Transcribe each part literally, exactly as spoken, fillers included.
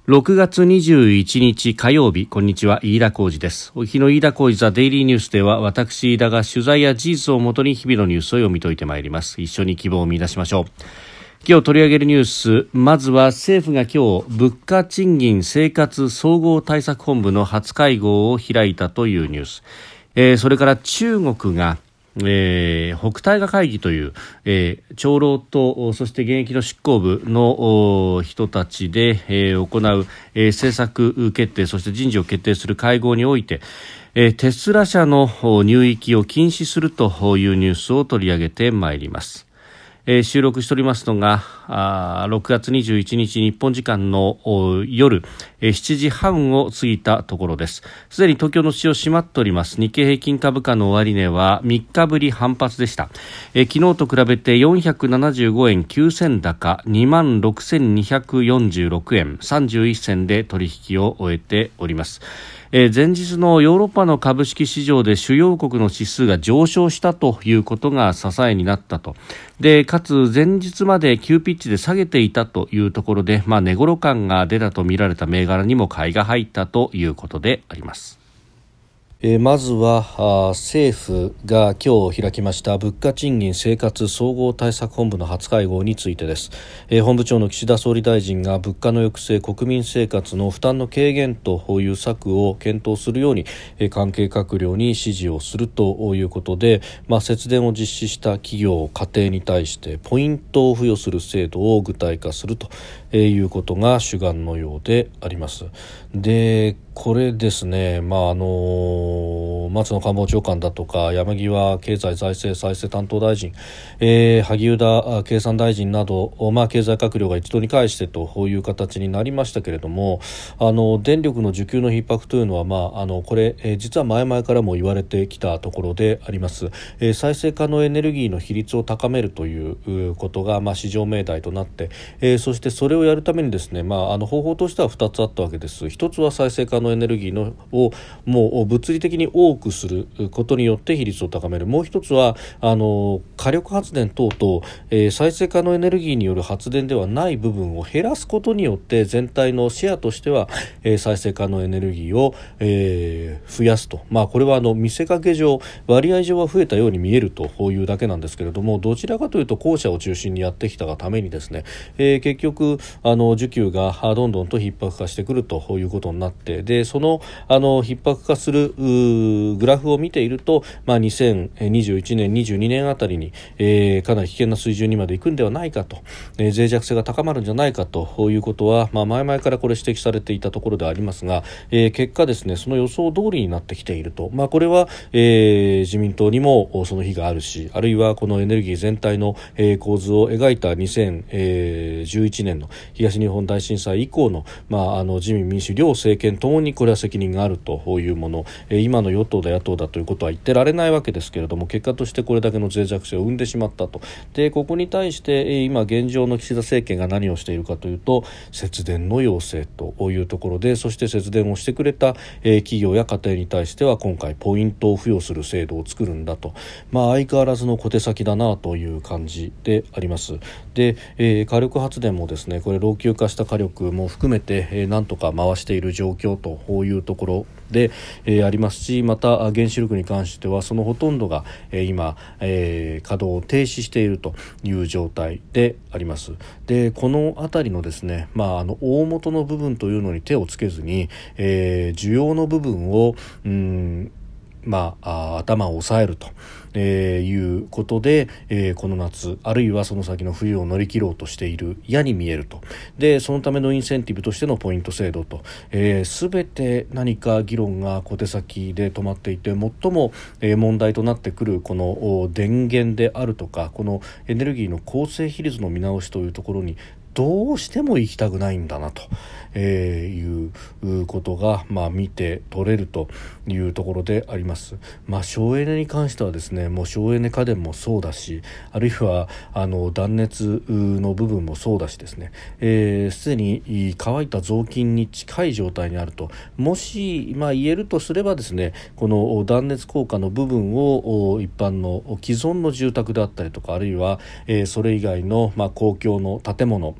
ろくがつにじゅういちにち火曜日、こんにちは、飯田浩司です。お日の飯田浩司ザデイリーニュースでは、私飯田が取材や事実をもとに日々のニュースを読み解いてまいります。一緒に希望を見出しましょう。今日取り上げるニュース、まずは政府が今日物価賃金生活総合対策本部の初会合を開いたというニュース、えー、それから中国がえー、北戴河会議という、えー、長老とそして現役の執行部の人たちで、えー、行う、えー、政策決定そして人事を決定する会合において、えー、テスラ社の入域を禁止するというニュースを取り上げてまいります。えー、収録しておりますのがあろくがつにじゅういちにち日本時間の夜、えー、しちじはんを過ぎたところです。すでに東京の市場閉まっております。日経平均株価の終値はみっかぶり反発でした。えー、昨日と比べてよんひゃくななじゅうごえんきゅうせん高 にまんろくせんにひゃくよんじゅうろくえんさんじゅういっせんで取引を終えております。えー、前日のヨーロッパの株式市場で主要国の指数が上昇したということが支えになったと。でかつ前日まで急ピッチで下げていたというところで、まあ、値頃感が出たと見られた銘柄にも買いが入ったということであります。えー、まずは政府が今日開きました物価賃金生活総合対策本部の初会合についてです。えー、本部長の岸田総理大臣が物価の抑制、国民生活の負担の軽減という策を検討するように、えー、関係閣僚に指示をするということで、まあ、節電を実施した企業家庭に対してポイントを付与する制度を具体化するということが主眼のようであります。でこれですね、まああの松野官房長官だとか山際経済財政再生担当大臣、えー、萩生田経産大臣など、まあ、経済閣僚が一堂に会してという形になりましたけれども、あの電力の需給の逼迫というのは、まあ、あのこれ、えー、実は前々からも言われてきたところであります。えー、再生可能エネルギーの比率を高めるということが、まあ、市場命題となって、えー、そしてそれをやるためにですね、まあ、あの方法としてはふたつあったわけです。一つは再生可能エネルギーのをもう物理的に多くすることによって比率を高める。もう一つはあの火力発電等々、えー、再生可能エネルギーによる発電ではない部分を減らすことによって全体のシェアとしては、えー、再生可能エネルギーを、えー、増やすと。まあ、これはあの見せかけ上割合上は増えたように見えるというだけなんですけれども、どちらかというと後者を中心にやってきたがためにですね、えー、結局あの需給がどんどんと逼迫化してくるということになって、でそのあの逼迫化するグラフを見ていると、まあ、にせんにじゅういちねんにじゅうにねんあたりに、えー、かなり危険な水準にまで行くんではないかと、えー、脆弱性が高まるんじゃないかということは、まあ、前々からこれ指摘されていたところでありますが、えー、結果ですねその予想通りになってきていると。まあ、これは、えー、自民党にもその日があるし、あるいはこのエネルギー全体の、えー、構図を描いたにせんじゅういちねんの東日本大震災以降の、まあ、あの自民民主両政権ともにこれは責任があるというもの、えー、今の与党だ野党だということは言ってられないわけですけれども、結果としてこれだけの脆弱性を生んでしまったと。でここに対して、えー、今現状の岸田政権が何をしているかというと、節電の要請というところで、そして節電をしてくれた、えー、企業や家庭に対しては今回ポイントを付与する制度を作るんだと。まあ、相変わらずの小手先だなという感じであります。で、えー、火力発電もですね、これ老朽化した火力も含めて、えー、なんとか回している状況というところで、えー、ありますし、また原子力に関してはそのほとんどが、えー、今、えー、稼働を停止しているという状態であります。でこのあたりのですね、まあ、あの大元の部分というのに手をつけずに、えー、需要の部分をうーんまあ、あ頭を抑えると、えー、いうことで、えー、この夏あるいはその先の冬を乗り切ろうとしている矢に見えると。でそのためのインセンティブとしてのポイント制度と、えー、全て何か議論が小手先で止まっていて、最も、えー、問題となってくるこの電源であるとか、このエネルギーの構成比率の見直しというところにどうしても行きたくないんだなと、えー、いうことが、まあ、見て取れるというところであります。まあ、省エネに関してはですね、もう省エネ家電もそうだし、あるいはあの断熱の部分もそうだしですね、えー、すでに乾いた雑巾に近い状態にあると。もし、まあ、言えるとすればですね、この断熱効果の部分を一般の既存の住宅であったりとか、あるいは、えー、それ以外の、まあ、公共の建物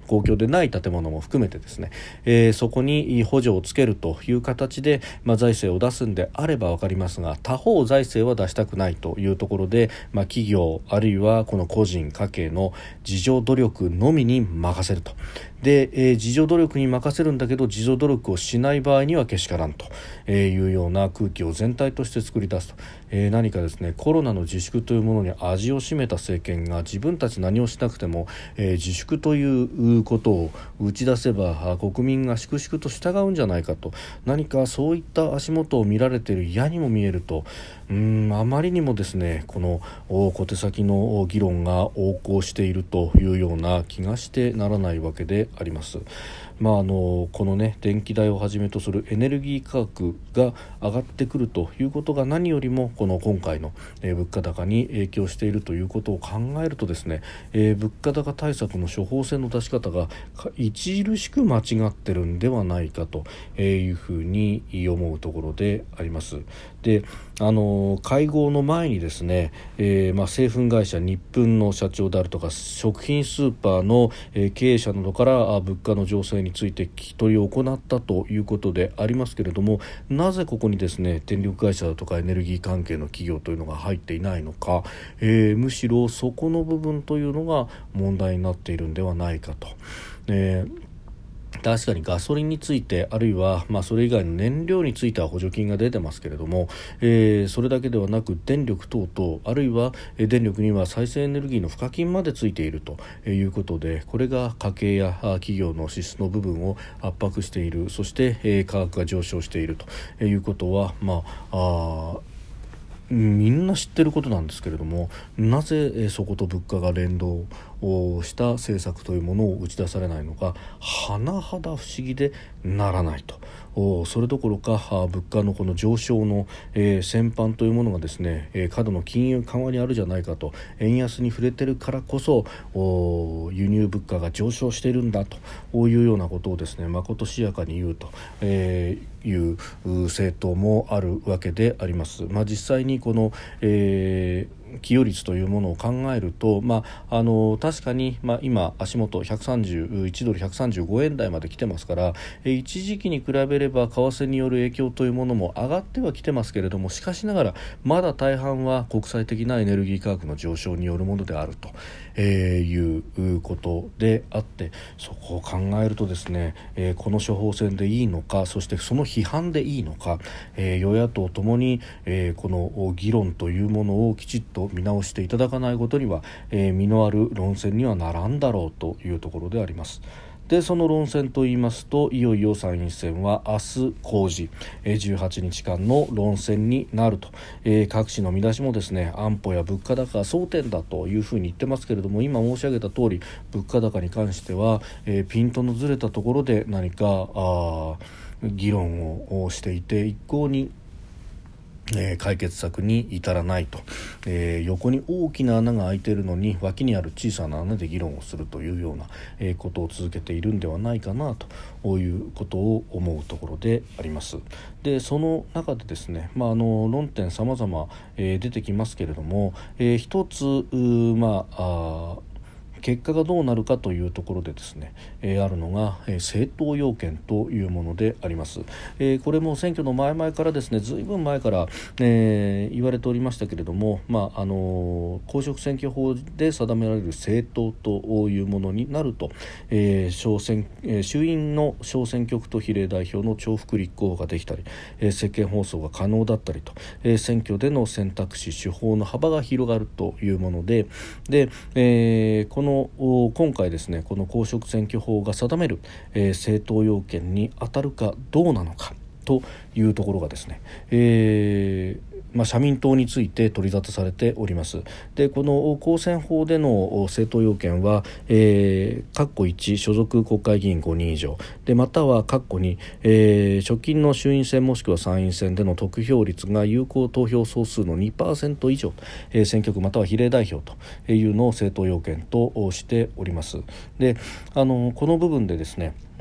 公共でない建物も含めてですね、えー、そこに補助をつけるという形で、まあ、財政を出すんであれば分かりますが、他方財政は出したくないというところで、まあ、企業あるいはこの個人家計の自助努力のみに任せると。で、えー、自助努力に任せるんだけど自助努力をしない場合にはけしからんというような空気を全体として作り出すと、えー、何かですね、コロナの自粛というものに味を占めた政権が自分たち何をしなくても、えー、自粛ということを打ち出せば国民が粛々と従うんじゃないかと、何かそういった足元を見られている嫌にも見えると、うーんあまりにもですね、この小手先の議論が横行しているというような気がしてならないわけであります。まあ、あのこのね、電気代をはじめとするエネルギー価格が上がってくるということが何よりもこの今回の、えー、物価高に影響しているということを考えるとですね、えー、物価高対策の処方箋の出し方が著しく間違ってるんではないかというふうに思うところであります。で、あの会合の前にですね、えーまあ、製粉会社日分の社長であるとか食品スーパーの、えー、経営者などから物価の情勢について聞き取りを行ったということでありますけれども、なぜここにですね、電力会社だとかエネルギー関係の企業というのが入っていないのか、えー、むしろそこの部分というのが問題になっているんではないかと。えー確かにガソリンについて、あるいはまあそれ以外の燃料については補助金が出てますけれども、えー、それだけではなく電力等々、あるいは電力には再生エネルギーの賦課金までついているということで、これが家計や企業の支出の部分を圧迫している。そして、えー、価格が上昇しているということは、まあ、あみんな知ってることなんですけれども、なぜ、えー、そこと物価が連動をした政策というものを打ち出されないのか、甚だ不思議でならないと。それどころか物価のこの上昇の、えー、先般というものがですね、えー、過度の金融緩和にあるじゃないかと、円安に触れてるからこそ輸入物価が上昇しているんだというようなことをですね、まことしやかに言うと、えー、いう政党もあるわけであります。まあ、実際にこの、えー寄与率というものを考えると、まあ、あの確かに、まあ、今足元ひゃくさんじゅういちドルひゃくさんじゅうごえん台まで来てますから、え一時期に比べれば為替による影響というものも上がってはきてますけれども、しかしながらまだ大半は国際的なエネルギー価格の上昇によるものであると、えー、いうことであって、そこを考えるとですね、えー、この処方箋でいいのか、そしてその批判でいいのか、えー、与野党ともに、えー、この議論というものをきちっと見直していただかないことには、えー、実のある論戦にはならんだろうというところであります。で、その論戦といいますと、いよいよ参院選は明日公示、えー、じゅうはちにちかんの論戦になると、えー、各紙の見出しもですね、安保や物価高が争点だというふうに言ってますけれども、今申し上げた通り物価高に関しては、えー、ピントのずれたところで何かあ議論をしていて、一向にえー、解決策に至らないと、えー、横に大きな穴が開いているのに脇にある小さな穴で議論をするというような、えー、ことを続けているんではないかなということを思うところであります。で、その中でですね、まあ、あの論点様々、えー、出てきますけれども、えー、一つまああ結果がどうなるかというところでですね、えー、あるのが、えー、政党要件というものであります。えー、これも選挙の前々からですね、ずいぶん前から、えー、言われておりましたけれども、まああのー、公職選挙法で定められる政党というものになると、えー小選えー、衆院の小選挙区と比例代表の重複立候補ができたり、えー、政見放送が可能だったりと、えー、選挙での選択肢手法の幅が広がるというもので、で、えー、この今回ですね、この公職選挙法が定める、えー、政党要件に当たるかどうなのかというところがですね、えーまあ、社民党について取り沙汰されております。で、この公選法での政党要件は、えー、括弧いち所属国会議員ごにん以上で、または括弧に、えー、直近の衆院選もしくは参院選での得票率が有効投票総数の にパーセント 以上、えー、選挙区または比例代表というのを政党要件としております。で、あのこの部分でですね、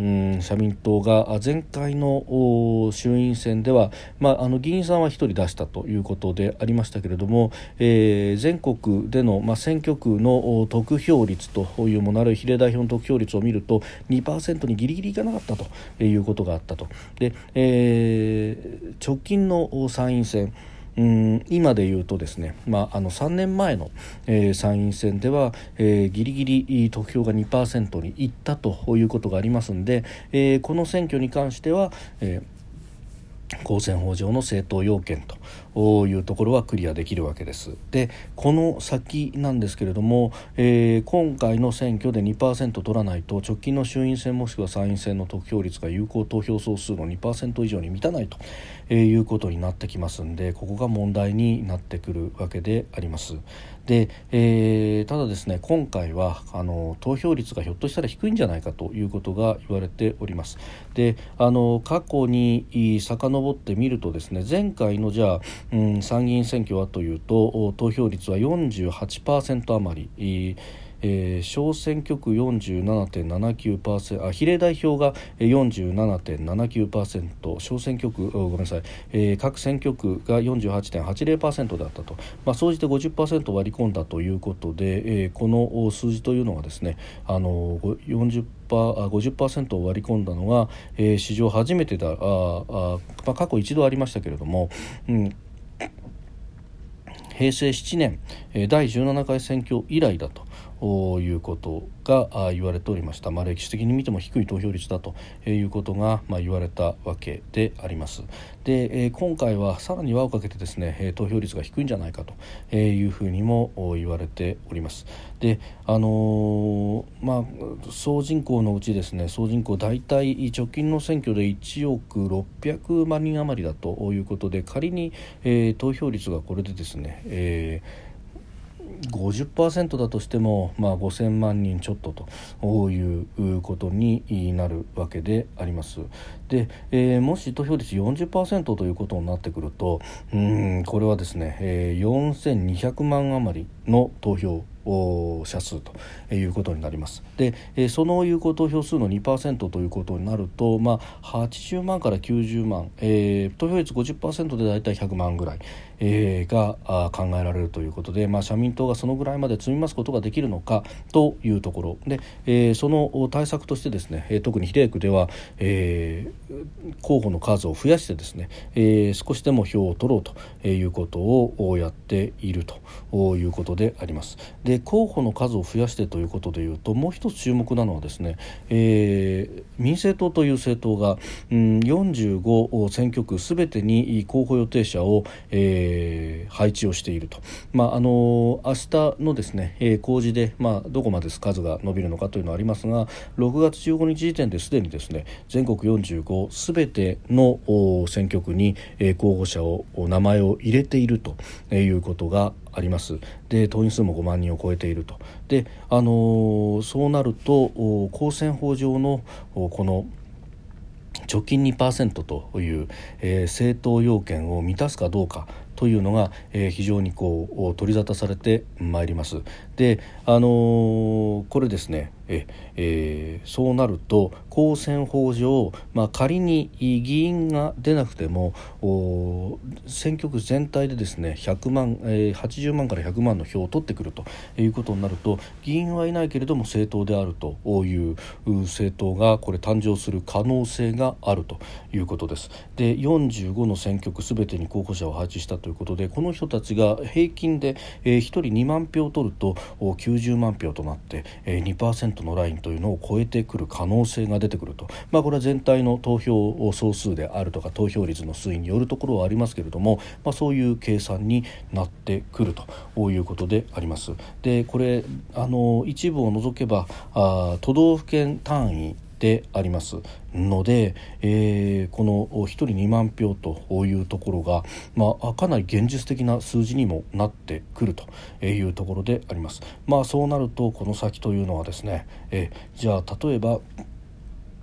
うん、社民党が前回の衆院選では、まあ、あの議員さんはひとり出したということでありましたけれども、えー、全国での、まあ、選挙区の得票率というもの、あるいは比例代表の得票率を見ると にパーセント にギリギリいかなかったということがあったと。で、えー、直近の参院選、うん今で言うとですね、まあ、あのさんねんまえの、えー、参院選では、えー、ギリギリ得票が にパーセント にいったということがありますので、えー、この選挙に関しては、えー公選法上の政党要件というところはクリアできるわけです。で、この先なんですけれども、えー、今回の選挙で にパーセント 取らないと直近の衆院選もしくは参院選の得票率が有効投票総数の にパーセント 以上に満たないと、えー、いうことになってきますんで、ここが問題になってくるわけであります。で、えー、ただですね、今回はあの投票率がひょっとしたら低いんじゃないかということが言われております。で、あの過去に遡ってみるとですね、前回のじゃあ、うん、参議院選挙はというと投票率は よんじゅうはちパーセント 余り、えー、小選挙区 よんじゅうななてんななきゅうパーセント、あ比例代表が よんじゅうななてんななきゅうパーセント、小選挙区ごめんなさい、えー、各選挙区が よんじゅうはちてんはちぜろパーセント だったと、まあ、総じて ごじゅっパーセント 割り込んだということで、えー、この数字というのはですね、あのよんじゅっごじゅっパーセント を割り込んだのが、えー、史上初めてだああ、まあ、過去一度ありましたけれども、うんへいせいしちねんだいじゅうななかい選挙以来だということが言われておりました。まあ、歴史的に見ても低い投票率だということがまあ言われたわけであります。で、えー、今回はさらに輪をかけてですね、投票率が低いんじゃないかというふうにも言われております。で、あのー、まあ総人口のうちですね、総人口大体直近の選挙でいちおくろっぴゃくまんにん余りだということで、仮に、えー、投票率がこれでですね、えーごじゅっパーセント だとしても、まあ、ごせんまんにんちょっとということになるわけであります。で、えー、もし投票率 よんじゅっパーセント ということになってくると、うーんこれはですね、えー、よんせんにひゃくまん余りの投票者数ということになります。で、えー、その有効投票数の にパーセント ということになると、まあ、はちじゅうまんからきゅうじゅうまん、えー、投票率 ごじゅっパーセント でだいたいひゃくまんぐらい、えー、が考えられるということで、まあ、社民党がそのぐらいまで積み増すことができるのかというところで、えー、その対策としてですね、特に比例区では、えー、候補の数を増やしてですね、えー、少しでも票を取ろうということをやっているということであります。で、候補の数を増やしてということでいうと、もう一つ注目なのはですね、えー、民政党という政党が、うん、よんじゅうご選挙区すべてに候補予定者を、えー、配置をしていると。まああの明日のですね、えー、公示で、まあ、どこまで数が伸びるのかというのはありますが、ろくがつじゅうごにち時点ですでにですね、全国よんじゅうごすべての選挙区に、えー、候補者を名前を入れているということがあります。で、党員数もごまんにんを超えていると。で、あのー、そうなると公選法上のこの直近 にパーセント という、えー、政党要件を満たすかどうかというのが、えー、非常にこう取り沙汰されてまいります。で、あのー、これですね、ええー、そうなると公選法上、まあ、仮に議員が出なくても選挙区全体でですねひゃくまん、えー、はちじゅうまんからひゃくまんの票を取ってくるということになると、議員はいないけれども政党であるという政党がこれ誕生する可能性があるということです。で、よんじゅうごの選挙区すべてに候補者を配置したということで、この人たちが平均で、えー、ひとりにまん票を取るときゅうじゅうまん票となって、えー、にパーセントのラインというのを超えてくる可能性が出てくると。まあ、これは全体の投票総数であるとか投票率の推移によるところはありますけれども、まあ、そういう計算になってくるということであります。で、これあの一部を除けばあ都道府県単位でありますので、えー、このひとりにまん票というところが、まあ、かなり現実的な数字にもなってくるというところであります。まあ、そうなるとこの先というのはですね、えー、じゃあ例えば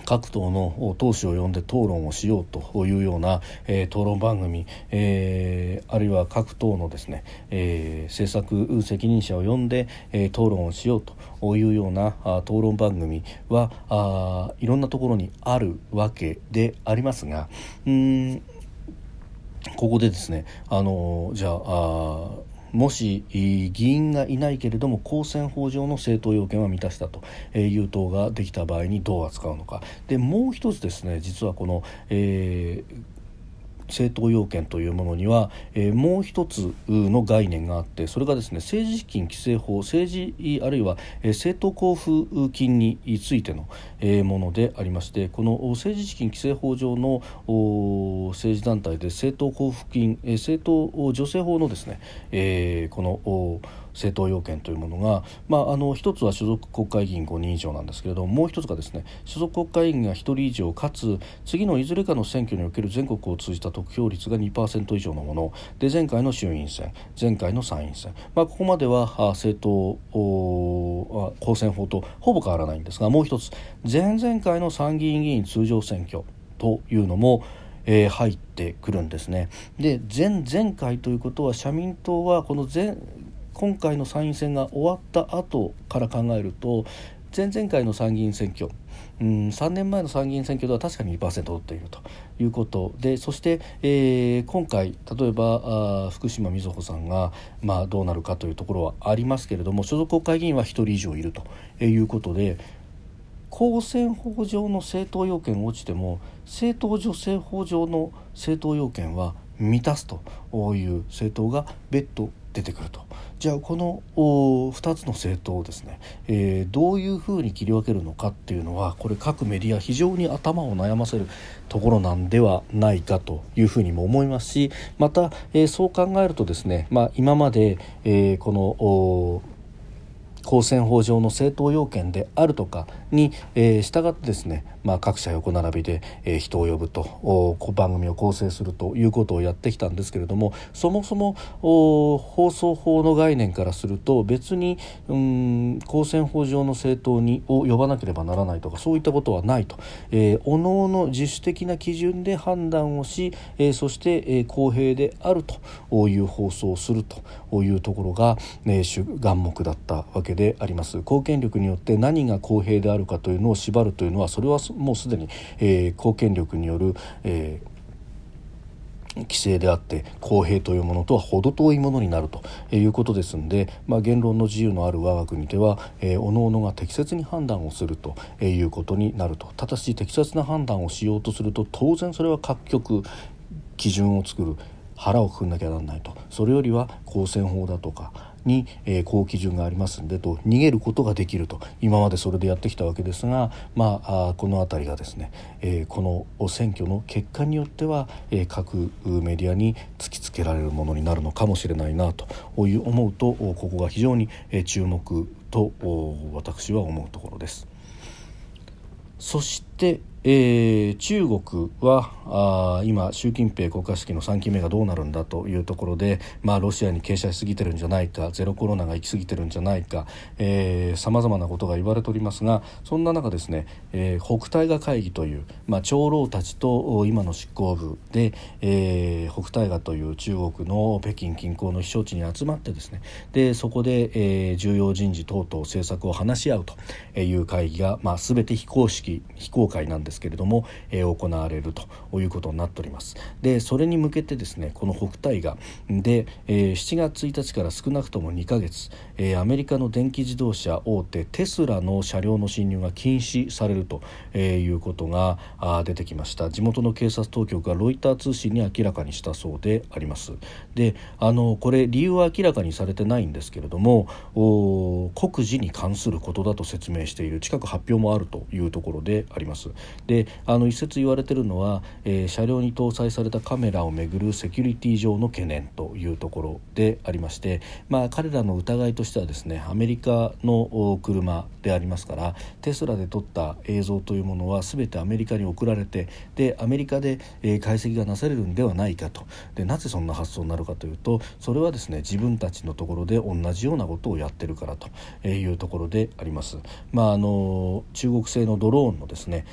各党の党首を呼んで討論をしようというような、えー、討論番組、えー、あるいは各党のですね、えー、政策責任者を呼んで、えー、討論をしようというようなあ討論番組はあいろんなところにあるわけでありますが、うーんここでですね、あのじゃあ、あもし議員がいないけれども公選法上の政党要件は満たしたという党ができた場合にどう扱うのか。でもう一つですね、実はこの、えー政党要件というものには、えー、もう一つの概念があって、それがですね、政治資金規正法、政治あるいは、えー、政党交付金についての、えー、ものでありまして、この政治資金規正法上の政治団体で政党交付金、えー、政党助成法のですね、えー、この政党要件というものが、まあ、あの一つは所属国会議員ごにん以上なんですけれども、もう一つがですね、所属国会議員がひとり以上かつ次のいずれかの選挙における全国を通じた得票率が にパーセント 以上のもので、前回の衆院選、前回の参院選、まあ、ここまでは政党公選法とほぼ変わらないんですが、もう一つ前々回の参議院議員通常選挙というのもえー、入ってくるんですね。で、前々回ということは、社民党はこの前今回の参院選が終わった後から考えると、前々回の参議院選挙、うん、さんねんまえの参議院選挙では確かに にパーセント 取っているということで、そして、えー、今回例えばあ福島みずほさんが、まあ、どうなるかというところはありますけれども、所属国会議員はひとり以上いるということで、公選法上の政党要件落ちても政党助成法上の政党要件は満たすという政党が別途出てくると。じゃあこのふたつの政党をですね、えー、どういうふうに切り分けるのかっていうのは、これ各メディア非常に頭を悩ませるところなんではないかというふうにも思いますし、また、えー、そう考えるとですね、まあ、今まで、えー、この公選法上の政党要件であるとかに、えー、従ってですね、まあ、各社横並びで、えー、人を呼ぶと番組を構成するということをやってきたんですけれども、そもそも放送法の概念からすると別にうん公選法上の政党にを呼ばなければならないとか、そういったことはないと、えー、おのおの自主的な基準で判断をし、えー、そして、えー、公平であるという放送をするというところが、ね、主眼目だったわけであります。公権力によって何が公平であるかというのを縛るというのは、それはもうすでに、えー、公権力による、えー、規制であって、公平というものとは程遠いものになるということですので、まあ、言論の自由のある我が国では、えー、おのおのが適切に判断をするということになると。ただし適切な判断をしようとすると、当然それは各局基準を作る、腹をくくんなきゃならないと。それよりは公選法だとかに、えー、高基準がありますんでと逃げることができると、今までそれでやってきたわけですが、まあ、あこのあたりがですね、えー、この選挙の結果によっては、えー、各メディアに突きつけられるものになるのかもしれないなという思うと、ここが非常に注目と私は思うところです。そしてえー、中国はあ今習近平国家主席のさんきめがどうなるんだというところで、まあ、ロシアに傾斜しすぎてるんじゃないか、ゼロコロナが行き過ぎてるんじゃないか、さまざまなことが言われておりますが、そんな中ですね、えー、北戴河会議という、まあ、長老たちと今の執行部で、えー、北戴河という中国の北京近郊の避暑地に集まってですね、でそこで、えー、重要人事等々政策を話し合うという会議が、まあ、全て非公式非公開なんですけれども、えー、行われるということになっております。でそれに向けてですね、この北戴河で、えー、しちがつついたちから少なくともにかげつ、えー、アメリカの電気自動車大手テスラの車両の進入が禁止されると、えー、いうことがあ出てきました。地元の警察当局がロイター通信に明らかにしたそうであります。であのこれ理由は明らかにされてないんですけれども、国事に関することだと説明している、近く発表もあるというところであります。であの一説言われているのは、えー、車両に搭載されたカメラをめぐるセキュリティ上の懸念というところでありまして、まあ、彼らの疑いとしてはですね、アメリカの車でありますから、テスラで撮った映像というものは全てアメリカに送られて、でアメリカで、えー、解析がなされるんではないかと。でなぜそんな発想になるかというと、それはですね、自分たちのところで同じようなことをやってるからというところであります。まあ、あの中国製のドローンのですね、その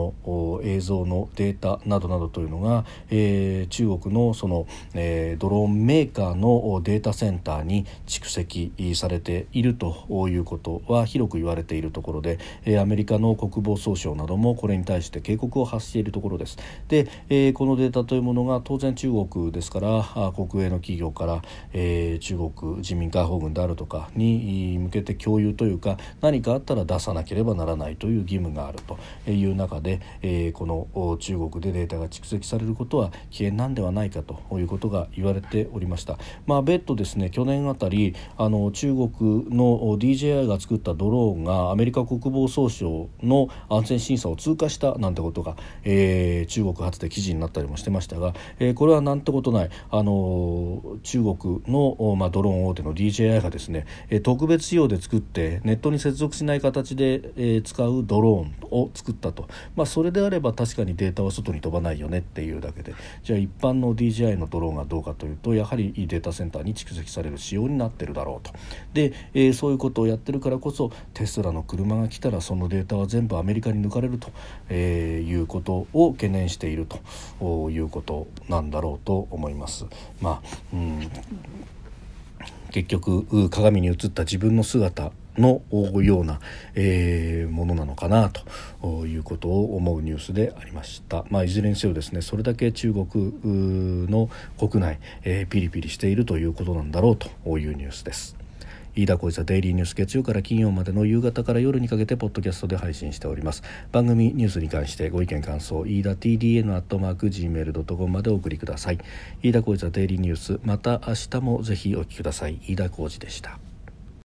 の映像のデータなどなどというのが、えー、中国のその、えー、ドローンメーカーのデータセンターに蓄積されているということは広く言われているところで、えー、アメリカの国防総省などもこれに対して警告を発しているところです。で、えー、このデータというものが当然中国ですから国営の企業から、えー、中国人民解放軍であるとかに向けて共有というか、何かあったら出さなければならないという義務があるという中で、えー、この中国でデータが蓄積されることは危険なんではないかということが言われておりました。まあ、別途ですね、去年あたりあの中国の ディージェーアイ が作ったドローンがアメリカ国防総省の安全審査を通過したなんてことが、えー、中国発で記事になったりもしてましたが、えー、これはなんてことない、あの中国の、まあ、ドローン大手の ディージェーアイ がですね、特別仕様で作ってネットに接続しない形で、えー、使うドローンを作ったと、まあ、それであれば確かにデータは外に飛ばないよねっていうだけで、じゃあ一般の ディージェーアイ のドローンがどうかというと、やはりデータセンターに蓄積される仕様になってるだろうと。で、えー、そういうことをやってるからこそテスラの車が来たらそのデータは全部アメリカに抜かれると、えー、いうことを懸念しているということなんだろうと思います。まあ、うん結局鏡に映った自分の姿のような、えー、ものなのかなということを思うニュースでありました。まあ、いずれにせよですね、それだけ中国の国内、えー、ピリピリしているということなんだろうというニュースです。飯田浩司ザデイリーニュース、月曜から金曜までの夕方から夜にかけてポッドキャストで配信しております。番組ニュースに関してご意見感想、飯田 ティーディーエヌ アットマーク ジーメール ドットコム までお送りください。飯田浩司ザデイリーニュース、また明日もぜひお聞きください。飯田浩司でした。